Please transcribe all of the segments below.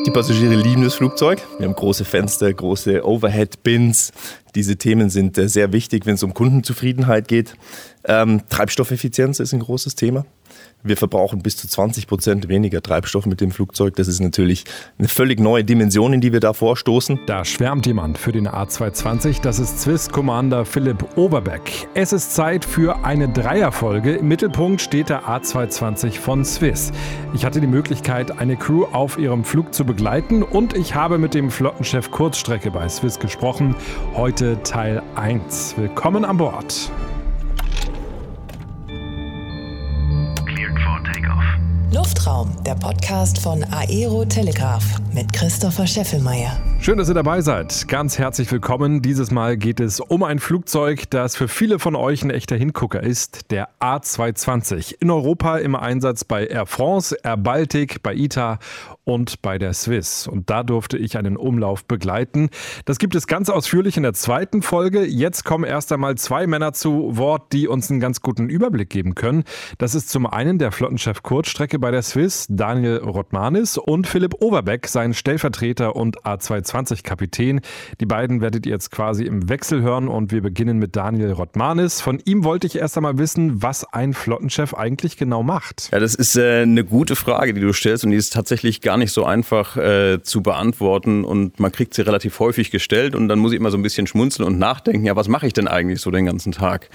Die Passagiere lieben das Flugzeug. Wir haben große Fenster, große Overhead-Bins. Diese Themen sind sehr wichtig, wenn es um Kundenzufriedenheit geht. Treibstoffeffizienz ist ein großes Thema. Wir verbrauchen bis zu 20% weniger Treibstoff mit dem Flugzeug. Das ist natürlich eine völlig neue Dimension, in die wir da vorstoßen. Da schwärmt jemand für den A220. Das ist Swiss Commander Philipp Overbeck. Es ist Zeit für eine Dreierfolge. Im Mittelpunkt steht der A220 von Swiss. Ich hatte die Möglichkeit, eine Crew auf ihrem Flug zu begleiten und ich habe mit dem Flottenchef Kurzstrecke bei Swiss gesprochen. Heute Teil 1. Willkommen an Bord. Luftraum, der Podcast von Aero Telegraph mit Christopher Scheffelmeier. Schön, dass ihr dabei seid. Ganz herzlich willkommen. Dieses Mal geht es um ein Flugzeug, das für viele von euch ein echter Hingucker ist, der A220. In Europa im Einsatz bei Air France, Air Baltic, bei ITA und bei der Swiss. Und da durfte ich einen Umlauf begleiten. Das gibt es ganz ausführlich in der zweiten Folge. Jetzt kommen erst einmal zwei Männer zu Wort, die uns einen ganz guten Überblick geben können. Das ist zum einen der Flottenchef Kurzstrecke bei der Swiss, Daniel Rotmanis, und Philipp Overbeck, sein Stellvertreter und A220-Kapitän. Die beiden werdet ihr jetzt quasi im Wechsel hören und wir beginnen mit Daniel Rotmanis. Von ihm wollte ich erst einmal wissen, was ein Flottenchef eigentlich genau macht. Ja, das ist eine gute Frage, die du stellst, und die ist tatsächlich gar nicht so einfach zu beantworten, und man kriegt sie relativ häufig gestellt und dann muss ich immer so ein bisschen schmunzeln und nachdenken, ja, was mache ich denn eigentlich so den ganzen Tag?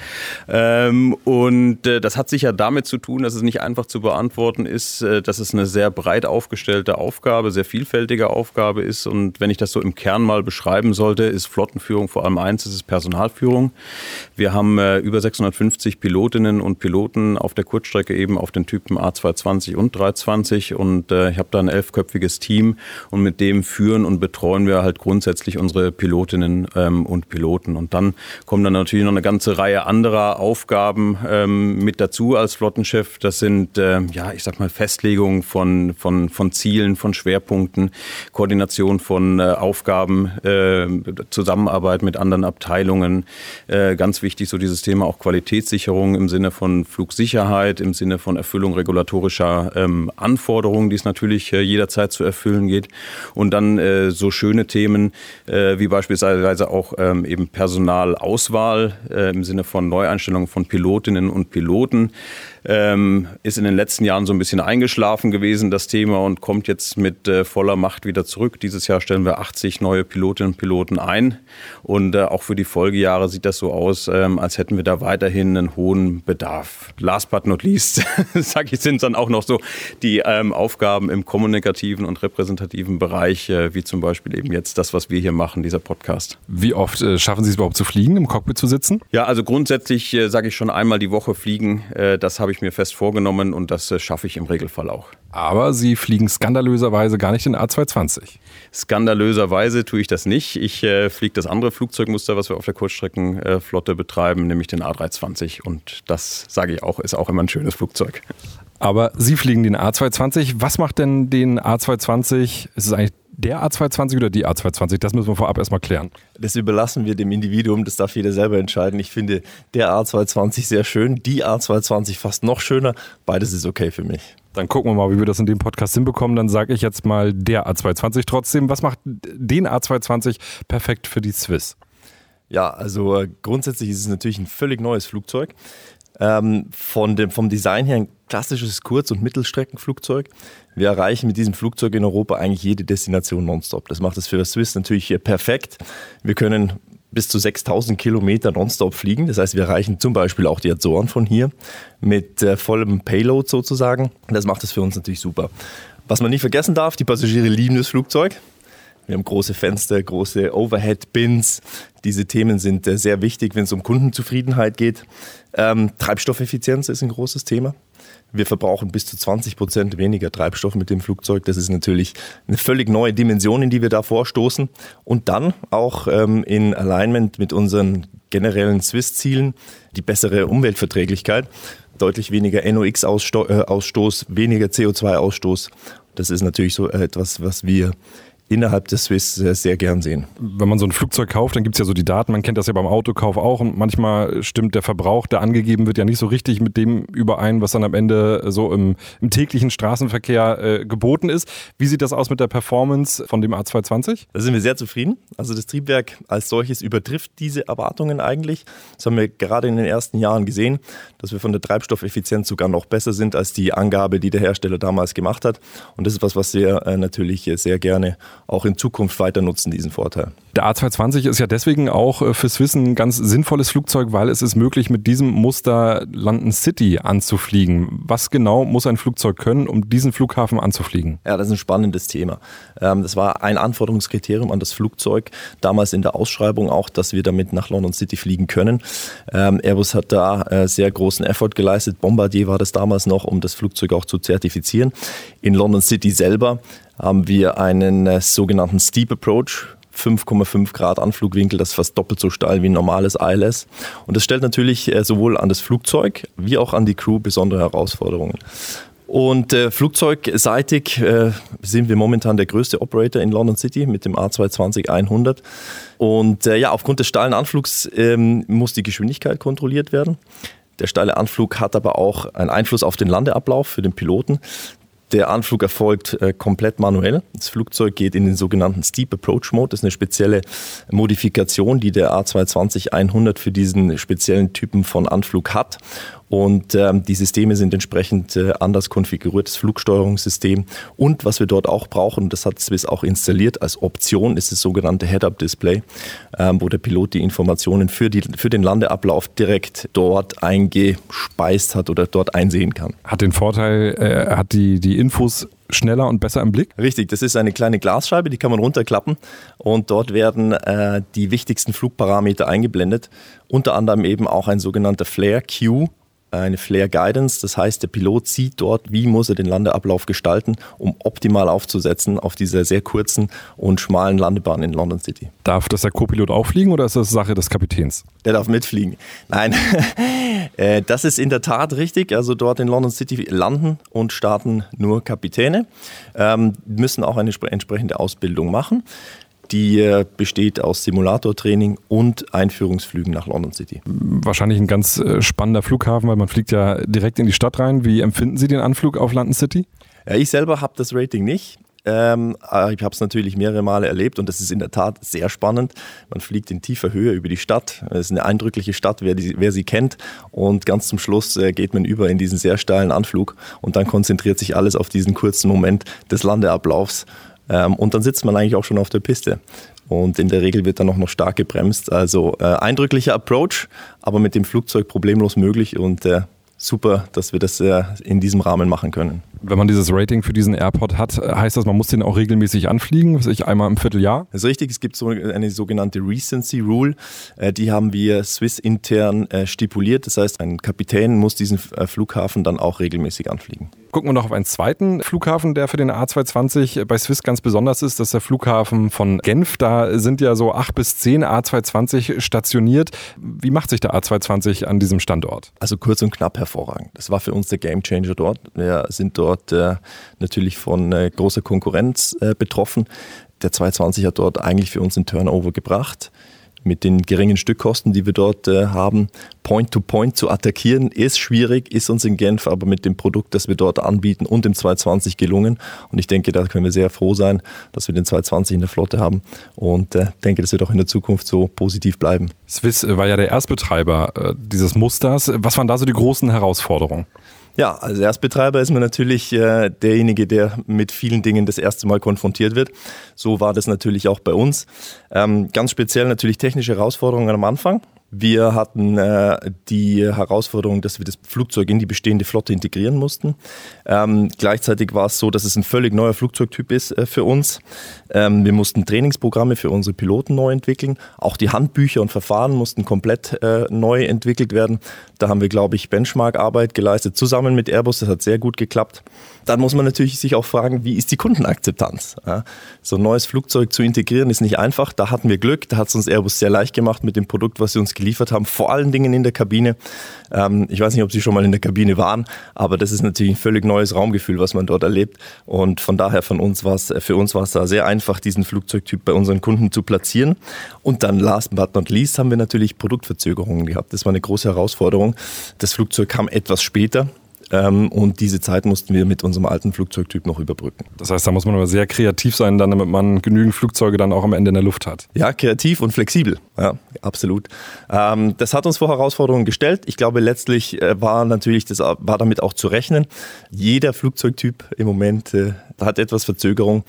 Das hat sicher damit zu tun, dass es nicht einfach zu beantworten ist, dass es eine sehr breit aufgestellte Aufgabe, sehr vielfältige Aufgabe ist, und wenn ich das so im Kern mal beschreiben sollte, ist Flottenführung vor allem eins, das ist Personalführung. Wir haben über 650 Pilotinnen und Piloten auf der Kurzstrecke, eben auf den Typen A220 und 320, und ich habe da ein 11-köpfiges Team, und mit dem führen und betreuen wir halt grundsätzlich unsere Pilotinnen und Piloten. Und dann kommen dann natürlich noch eine ganze Reihe anderer Aufgaben mit dazu als Flottenchef. Das sind, ich sag mal, Festlegung von Zielen, von Schwerpunkten, Koordination von Aufgaben, Zusammenarbeit mit anderen Abteilungen. Ganz wichtig so dieses Thema auch Qualitätssicherung im Sinne von Flugsicherheit, im Sinne von Erfüllung regulatorischer Anforderungen, die es natürlich jederzeit zu erfüllen geht. Und dann so schöne Themen wie beispielsweise auch eben Personalauswahl im Sinne von Neueinstellungen von Pilotinnen und Piloten. Ist in den letzten Jahren so ein bisschen eingeschlafen gewesen, das Thema, und kommt jetzt mit voller Macht wieder zurück. Dieses Jahr stellen wir 80 neue Pilotinnen und Piloten ein, und auch für die Folgejahre sieht das so aus, als hätten wir da weiterhin einen hohen Bedarf. Last but not least, sind es dann auch noch so die Aufgaben im kommunikativen und repräsentativen Bereich, wie zum Beispiel eben jetzt das, was wir hier machen, dieser Podcast. Wie oft schaffen Sie es überhaupt zu fliegen, im Cockpit zu sitzen? Ja, also grundsätzlich sage ich schon einmal die Woche fliegen. Das habe ich mir fest vorgenommen, und das schaffe ich im Regelfall auch. Aber Sie fliegen skandalöserweise gar nicht den A220. Skandalöserweise tue ich das nicht. Ich fliege das andere Flugzeugmuster, was wir auf der Kurzstreckenflotte betreiben, nämlich den A320. Und das, sage ich auch, ist auch immer ein schönes Flugzeug. Aber Sie fliegen den A220. Was macht denn den A220? Ist es eigentlich der A220 oder die A220? Das müssen wir vorab erstmal klären. Das überlassen wir dem Individuum, das darf jeder selber entscheiden. Ich finde der A220 sehr schön, die A220 fast noch schöner. Beides ist okay für mich. Dann gucken wir mal, wie wir das in dem Podcast hinbekommen. Dann sage ich jetzt mal der A220 trotzdem. Was macht den A220 perfekt für die Swiss? Ja, also grundsätzlich ist es natürlich ein völlig neues Flugzeug. Vom Design her ein klassisches Kurz- und Mittelstreckenflugzeug. Wir erreichen mit diesem Flugzeug in Europa eigentlich jede Destination nonstop. Das macht es für Swiss natürlich perfekt. Wir können bis zu 6000 Kilometer nonstop fliegen. Das heißt, wir erreichen zum Beispiel auch die Azoren von hier mit vollem Payload sozusagen. Das macht es für uns natürlich super. Was man nicht vergessen darf, die Passagiere lieben das Flugzeug. Wir haben große Fenster, große Overhead-Bins. Diese Themen sind sehr wichtig, wenn es um Kundenzufriedenheit geht. Treibstoffeffizienz ist ein großes Thema. Wir verbrauchen bis zu 20% weniger Treibstoff mit dem Flugzeug. Das ist natürlich eine völlig neue Dimension, in die wir da vorstoßen. Und dann auch in Alignment mit unseren generellen Swiss-Zielen die bessere Umweltverträglichkeit. Deutlich weniger NOx-Ausstoß, weniger CO2-Ausstoß. Das ist natürlich so etwas, was wir innerhalb der Swiss sehr gern sehen. Wenn man so ein Flugzeug kauft, dann gibt es ja so die Daten, man kennt das ja beim Autokauf auch und manchmal stimmt der Verbrauch, der angegeben wird, ja nicht so richtig mit dem überein, was dann am Ende so im täglichen Straßenverkehr geboten ist. Wie sieht das aus mit der Performance von dem A220? Da sind wir sehr zufrieden. Also das Triebwerk als solches übertrifft diese Erwartungen eigentlich. Das haben wir gerade in den ersten Jahren gesehen, dass wir von der Treibstoffeffizienz sogar noch besser sind als die Angabe, die der Hersteller damals gemacht hat. Und das ist was wir natürlich sehr gerne auch in Zukunft weiter nutzen, diesen Vorteil. Der A220 ist ja deswegen auch für Swiss ein ganz sinnvolles Flugzeug, weil es ist möglich, mit diesem Muster London City anzufliegen. Was genau muss ein Flugzeug können, um diesen Flughafen anzufliegen? Ja, das ist ein spannendes Thema. Das war ein Anforderungskriterium an das Flugzeug, damals in der Ausschreibung auch, dass wir damit nach London City fliegen können. Airbus hat da sehr großen Effort geleistet. Bombardier war das damals noch, um das Flugzeug auch zu zertifizieren. In London City selber haben wir einen sogenannten Steep Approach, 5,5 Grad Anflugwinkel, das ist fast doppelt so steil wie ein normales ILS. Und das stellt natürlich sowohl an das Flugzeug wie auch an die Crew besondere Herausforderungen. Und flugzeugseitig sind wir momentan der größte Operator in London City mit dem A220-100. Und aufgrund des steilen Anflugs muss die Geschwindigkeit kontrolliert werden. Der steile Anflug hat aber auch einen Einfluss auf den Landeablauf für den Piloten. Der Anflug erfolgt komplett manuell. Das Flugzeug geht in den sogenannten Steep Approach Mode. Das ist eine spezielle Modifikation, die der A220-100 für diesen speziellen Typen von Anflug hat. Und die Systeme sind entsprechend anders konfiguriert, das Flugsteuerungssystem. Und was wir dort auch brauchen, das hat Swiss auch installiert als Option, ist das sogenannte Head-Up-Display, wo der Pilot die Informationen für den Landeablauf direkt dort eingespeist hat oder dort einsehen kann. Hat den Vorteil, er hat die Infos schneller und besser im Blick? Richtig, das ist eine kleine Glasscheibe, die kann man runterklappen und dort werden die wichtigsten Flugparameter eingeblendet. Unter anderem eben auch ein sogenannter Flare Q, eine Flare Guidance, das heißt, der Pilot sieht dort, wie muss er den Landeablauf gestalten, um optimal aufzusetzen auf dieser sehr kurzen und schmalen Landebahn in London City. Darf das der Co-Pilot auch fliegen oder ist das Sache des Kapitäns? Der darf mitfliegen. Nein, das ist in der Tat richtig. Also dort in London City landen und starten nur Kapitäne, müssen auch eine entsprechende Ausbildung machen. Die besteht aus Simulatortraining und Einführungsflügen nach London City. Wahrscheinlich ein ganz spannender Flughafen, weil man fliegt ja direkt in die Stadt rein. Wie empfinden Sie den Anflug auf London City? Ja, ich selber habe das Rating nicht. Ich habe es natürlich mehrere Male erlebt und das ist in der Tat sehr spannend. Man fliegt in tiefer Höhe über die Stadt. Es ist eine eindrückliche Stadt, wer sie kennt. Und ganz zum Schluss geht man über in diesen sehr steilen Anflug und dann konzentriert sich alles auf diesen kurzen Moment des Landeablaufs. Und dann sitzt man eigentlich auch schon auf der Piste. Und in der Regel wird dann auch noch stark gebremst. Also eindrücklicher Approach, aber mit dem Flugzeug problemlos möglich und super, dass wir das in diesem Rahmen machen können. Wenn man dieses Rating für diesen Airport hat, heißt das, man muss den auch regelmäßig anfliegen, einmal im Vierteljahr? Das ist richtig, es gibt so eine sogenannte Recency Rule, die haben wir Swiss intern stipuliert. Das heißt, ein Kapitän muss diesen Flughafen dann auch regelmäßig anfliegen. Gucken wir noch auf einen zweiten Flughafen, der für den A220 bei Swiss ganz besonders ist. Das ist der Flughafen von Genf. Da sind ja so 8 bis 10 A220 stationiert. Wie macht sich der A220 an diesem Standort? Also kurz und knapp hervorragend. Das war für uns der Gamechanger dort. Wir sind dort natürlich von großer Konkurrenz betroffen. Der 220 hat dort eigentlich für uns einen Turnover gebracht. Mit den geringen Stückkosten, die wir dort haben, Point-to-Point zu attackieren, ist schwierig, ist uns in Genf aber mit dem Produkt, das wir dort anbieten und dem 220 gelungen. Und ich denke, da können wir sehr froh sein, dass wir den 220 in der Flotte haben und denke, das wird auch in der Zukunft so positiv bleiben. Swiss war ja der Erstbetreiber dieses Musters. Was waren da so die großen Herausforderungen? Ja, als Erstbetreiber ist man natürlich derjenige, der mit vielen Dingen das erste Mal konfrontiert wird. So war das natürlich auch bei uns. Ganz speziell natürlich technische Herausforderungen am Anfang. Wir hatten die Herausforderung, dass wir das Flugzeug in die bestehende Flotte integrieren mussten. Gleichzeitig war es so, dass es ein völlig neuer Flugzeugtyp ist für uns. Wir mussten Trainingsprogramme für unsere Piloten neu entwickeln. Auch die Handbücher und Verfahren mussten komplett neu entwickelt werden. Da haben wir, glaube ich, Benchmark-Arbeit geleistet, zusammen mit Airbus. Das hat sehr gut geklappt. Dann muss man natürlich sich auch fragen, wie ist die Kundenakzeptanz? Ja, so ein neues Flugzeug zu integrieren ist nicht einfach. Da hatten wir Glück. Da hat es uns Airbus sehr leicht gemacht mit dem Produkt, was sie uns geliefert haben, vor allen Dingen in der Kabine. Ich weiß nicht, ob Sie schon mal in der Kabine waren, aber das ist natürlich ein völlig neues Raumgefühl, was man dort erlebt. Und von daher für uns war es da sehr einfach, diesen Flugzeugtyp bei unseren Kunden zu platzieren. Und dann last but not least haben wir natürlich Produktverzögerungen gehabt. Das war eine große Herausforderung. Das Flugzeug kam etwas später. Und diese Zeit mussten wir mit unserem alten Flugzeugtyp noch überbrücken. Das heißt, da muss man aber sehr kreativ sein, dann, damit man genügend Flugzeuge dann auch am Ende in der Luft hat. Ja, kreativ und flexibel. Ja, absolut. Das hat uns vor Herausforderungen gestellt. Ich glaube, letztlich war damit auch zu rechnen. Jeder Flugzeugtyp im Moment hat etwas Verzögerung.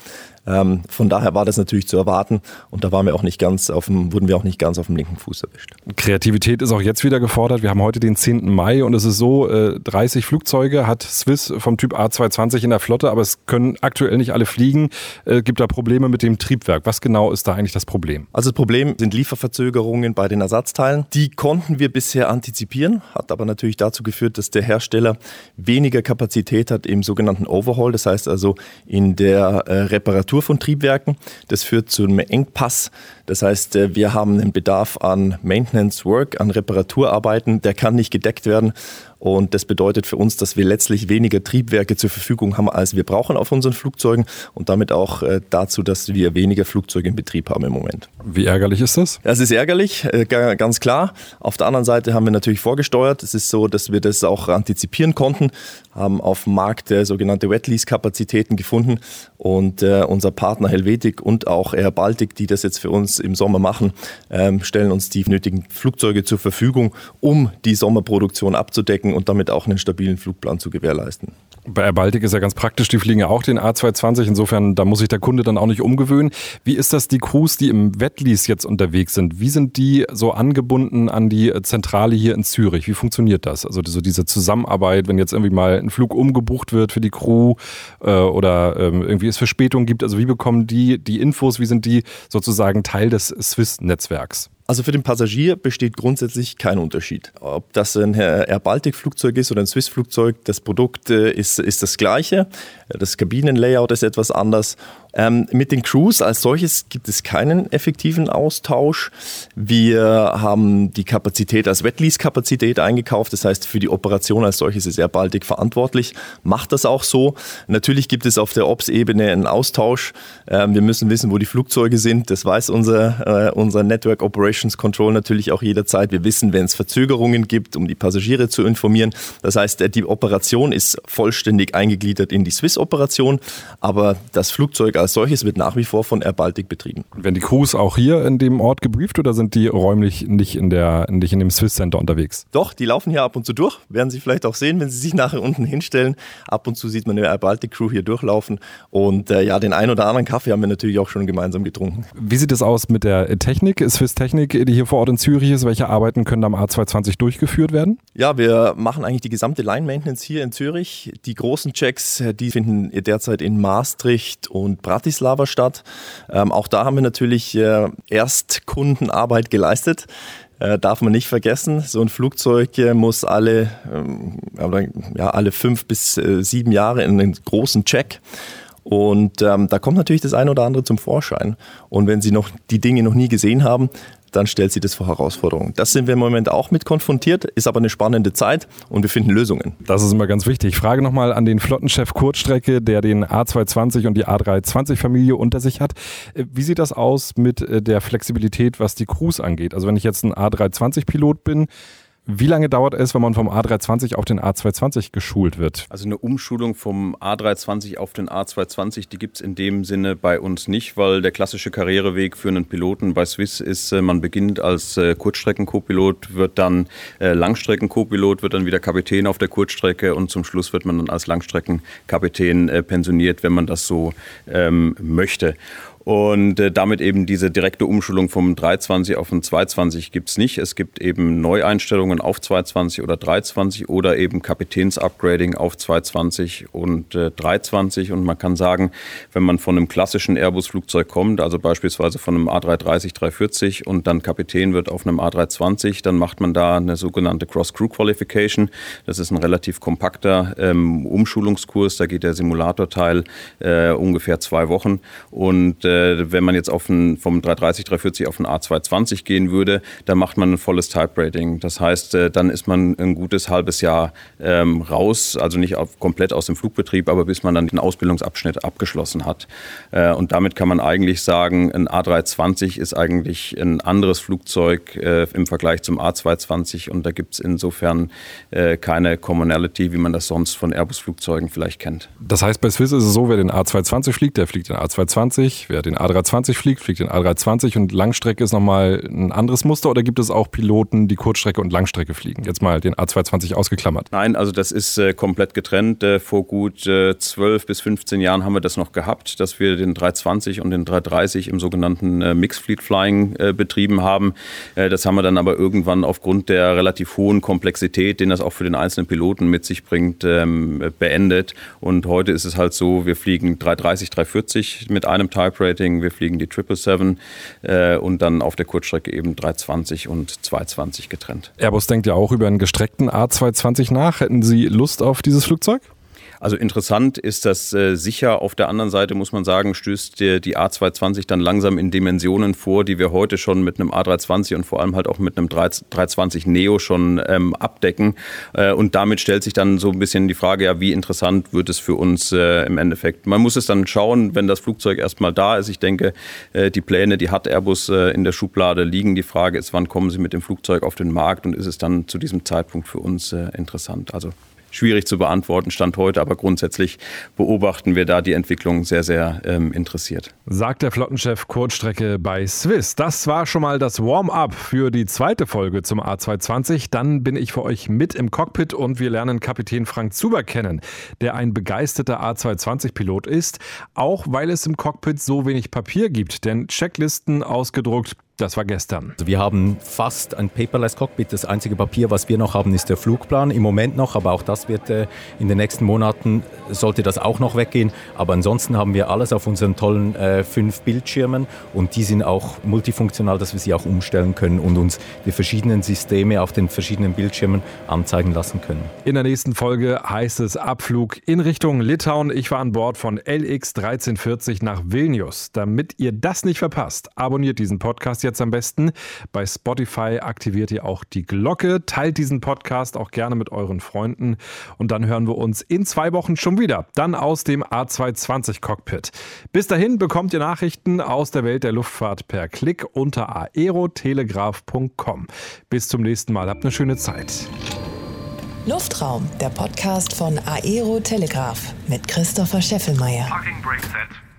Von daher war das natürlich zu erwarten und da wurden wir auch nicht ganz auf dem linken Fuß erwischt. Kreativität ist auch jetzt wieder gefordert. Wir haben heute den 10. Mai und es ist so, 30 Flugzeuge hat Swiss vom Typ A220 in der Flotte, aber es können aktuell nicht alle fliegen. Gibt da Probleme mit dem Triebwerk? Was genau ist da eigentlich das Problem? Also das Problem sind Lieferverzögerungen bei den Ersatzteilen. Die konnten wir bisher antizipieren, hat aber natürlich dazu geführt, dass der Hersteller weniger Kapazität hat im sogenannten Overhaul, das heißt also in der Reparatur von Triebwerken. Das führt zu einem Engpass. Das heißt, wir haben einen Bedarf an Maintenance Work, an Reparaturarbeiten, der kann nicht gedeckt werden. Und das bedeutet für uns, dass wir letztlich weniger Triebwerke zur Verfügung haben, als wir brauchen auf unseren Flugzeugen und damit auch dazu, dass wir weniger Flugzeuge in Betrieb haben im Moment. Wie ärgerlich ist das? Ja, es ist ärgerlich, ganz klar. Auf der anderen Seite haben wir natürlich vorgesteuert. Es ist so, dass wir das auch antizipieren konnten, haben auf dem Markt sogenannte Wet-Lease-Kapazitäten gefunden und unser Partner Helvetic und auch Air Baltic, die das jetzt für uns im Sommer machen, stellen uns die nötigen Flugzeuge zur Verfügung, um die Sommerproduktion abzudecken und damit auch einen stabilen Flugplan zu gewährleisten. Bei Air Baltic ist ja ganz praktisch, die fliegen ja auch den A220, insofern, da muss sich der Kunde dann auch nicht umgewöhnen. Wie ist das, die Crews, die im Wet-Lease jetzt unterwegs sind, wie sind die so angebunden an die Zentrale hier in Zürich? Wie funktioniert das? Also so diese Zusammenarbeit, wenn jetzt irgendwie mal ein Flug umgebucht wird für die Crew oder irgendwie es Verspätungen gibt, also wie bekommen die Infos, wie sind die sozusagen Teil des Swiss-Netzwerks? Also für den Passagier besteht grundsätzlich kein Unterschied. Ob das ein Air Baltic Flugzeug ist oder ein Swiss Flugzeug, das Produkt ist das gleiche. Das Kabinenlayout ist etwas anders. Mit den Crews als solches gibt es keinen effektiven Austausch. Wir haben die Kapazität als Wet-Lease-Kapazität eingekauft. Das heißt, für die Operation als solches ist Air Baltic verantwortlich. Macht das auch so. Natürlich gibt es auf der Ops-Ebene einen Austausch. Wir müssen wissen, wo die Flugzeuge sind. Das weiß unser Network Operations Control natürlich auch jederzeit. Wir wissen, wenn es Verzögerungen gibt, um die Passagiere zu informieren. Das heißt, die Operation ist vollständig eingegliedert in die Swiss-Operation. Aber das Flugzeug als solches wird nach wie vor von Air Baltic betrieben. Werden die Crews auch hier in dem Ort gebrieft oder sind die räumlich nicht in dem Swiss Center unterwegs? Doch, die laufen hier ab und zu durch. Werden Sie vielleicht auch sehen, wenn Sie sich nachher unten hinstellen. Ab und zu sieht man eine Air Baltic Crew hier durchlaufen. Und den ein oder anderen Kaffee haben wir natürlich auch schon gemeinsam getrunken. Wie sieht es aus mit der Technik, Swiss Technik, die hier vor Ort in Zürich ist? Welche Arbeiten können am A220 durchgeführt werden? Ja, wir machen eigentlich die gesamte Line Maintenance hier in Zürich. Die großen Checks, die finden derzeit in Maastricht und Bratislava statt. Auch da haben wir natürlich erst Kundenarbeit geleistet. Darf man nicht vergessen. So ein Flugzeug muss alle 5 bis 7 Jahre in einen großen Check. Und da kommt natürlich das eine oder andere zum Vorschein. Und wenn Sie die Dinge noch nie gesehen haben, dann stellt sie das vor Herausforderungen. Das sind wir im Moment auch mit konfrontiert, ist aber eine spannende Zeit und wir finden Lösungen. Das ist immer ganz wichtig. Frage nochmal an den Flottenchef Kurzstrecke, der den A220 und die A320-Familie unter sich hat. Wie sieht das aus mit der Flexibilität, was die Crews angeht? Also wenn ich jetzt ein A320-Pilot bin, wie lange dauert es, wenn man vom A320 auf den A220 geschult wird? Also eine Umschulung vom A320 auf den A220, die gibt es in dem Sinne bei uns nicht, weil der klassische Karriereweg für einen Piloten bei Swiss ist, man beginnt als Kurzstrecken-Copilot, wird dann Langstrecken-Copilot, wird dann wieder Kapitän auf der Kurzstrecke und zum Schluss wird man dann als Langstreckenkapitän pensioniert, wenn man das so möchte. Und damit eben diese direkte Umschulung vom 320 auf den 220 gibt es nicht. Es gibt eben Neueinstellungen auf 220 oder 320 oder eben Kapitäns-Upgrading auf 220 und 320. Und man kann sagen, wenn man von einem klassischen Airbus-Flugzeug kommt, also beispielsweise von einem A330, 340 und dann Kapitän wird auf einem A320, dann macht man da eine sogenannte Cross-Crew-Qualification. Das ist ein relativ kompakter Umschulungskurs. Da geht der Simulatorteil ungefähr 2 Wochen und wenn man jetzt vom 330, 340 auf den A220 gehen würde, dann macht man ein volles Type-Rating. Das heißt, dann ist man ein gutes halbes Jahr raus, also nicht komplett aus dem Flugbetrieb, aber bis man dann den Ausbildungsabschnitt abgeschlossen hat. Und damit kann man eigentlich sagen, ein A320 ist eigentlich ein anderes Flugzeug im Vergleich zum A220 und da gibt es insofern keine Commonality, wie man das sonst von Airbus-Flugzeugen vielleicht kennt. Das heißt, bei Swiss ist es so, wer den A220 fliegt, der fliegt den A220, wer den A320 fliegt, fliegt den A320 und Langstrecke ist nochmal ein anderes Muster oder gibt es auch Piloten, die Kurzstrecke und Langstrecke fliegen? Jetzt mal den A220 ausgeklammert. Nein, also das ist komplett getrennt. Vor gut 12 bis 15 Jahren haben wir das noch gehabt, dass wir den 320 und den 330 im sogenannten Mixed Fleet Flying betrieben haben. Das haben wir dann aber irgendwann aufgrund der relativ hohen Komplexität, den das auch für den einzelnen Piloten mit sich bringt, beendet. Und heute ist es halt so, wir fliegen 330, 340 mit einem Type-Rating, wir fliegen die 777 und dann auf der Kurzstrecke eben 320 und 220 getrennt. Airbus denkt ja auch über einen gestreckten A220 nach. Hätten Sie Lust auf dieses Flugzeug? Also interessant ist das sicher. Auf der anderen Seite muss man sagen, stößt die A220 dann langsam in Dimensionen vor, die wir heute schon mit einem A320 und vor allem halt auch mit einem 320 Neo schon abdecken. Und damit stellt sich dann so ein bisschen die Frage, ja, wie interessant wird es für uns im Endeffekt. Man muss es dann schauen, wenn das Flugzeug erstmal da ist. Ich denke, die Pläne, die hat Airbus in der Schublade liegen. Die Frage ist, wann kommen sie mit dem Flugzeug auf den Markt und ist es dann zu diesem Zeitpunkt für uns interessant? Also schwierig zu beantworten, Stand heute, aber grundsätzlich beobachten wir da die Entwicklung sehr, sehr interessiert. Sagt der Flottenchef Kurzstrecke bei Swiss. Das war schon mal das Warm-up für die zweite Folge zum A220. Dann bin ich für euch mit im Cockpit und wir lernen Kapitän Frank Zuber kennen, der ein begeisterter A220-Pilot ist, auch weil es im Cockpit so wenig Papier gibt, denn Checklisten ausgedruckt, das war gestern. Also wir haben fast ein Paperless Cockpit. Das einzige Papier, was wir noch haben, ist der Flugplan. Im Moment noch, aber auch das wird in den nächsten Monaten, sollte das auch noch weggehen. Aber ansonsten haben wir alles auf unseren tollen 5 Bildschirmen und die sind auch multifunktional, dass wir sie auch umstellen können und uns die verschiedenen Systeme auf den verschiedenen Bildschirmen anzeigen lassen können. In der nächsten Folge heißt es Abflug in Richtung Litauen. Ich war an Bord von LX 1340 nach Vilnius. Damit ihr das nicht verpasst, abonniert diesen Podcast jetzt am besten. Bei Spotify aktiviert ihr auch die Glocke, teilt diesen Podcast auch gerne mit euren Freunden und dann hören wir uns in 2 Wochen schon wieder, dann aus dem A220 Cockpit. Bis dahin bekommt ihr Nachrichten aus der Welt der Luftfahrt per Klick unter aerotelegraph.com. Bis zum nächsten Mal, habt eine schöne Zeit. Luftraum, der Podcast von Aero Telegraph mit Christopher Scheffelmeier. Parking brake set.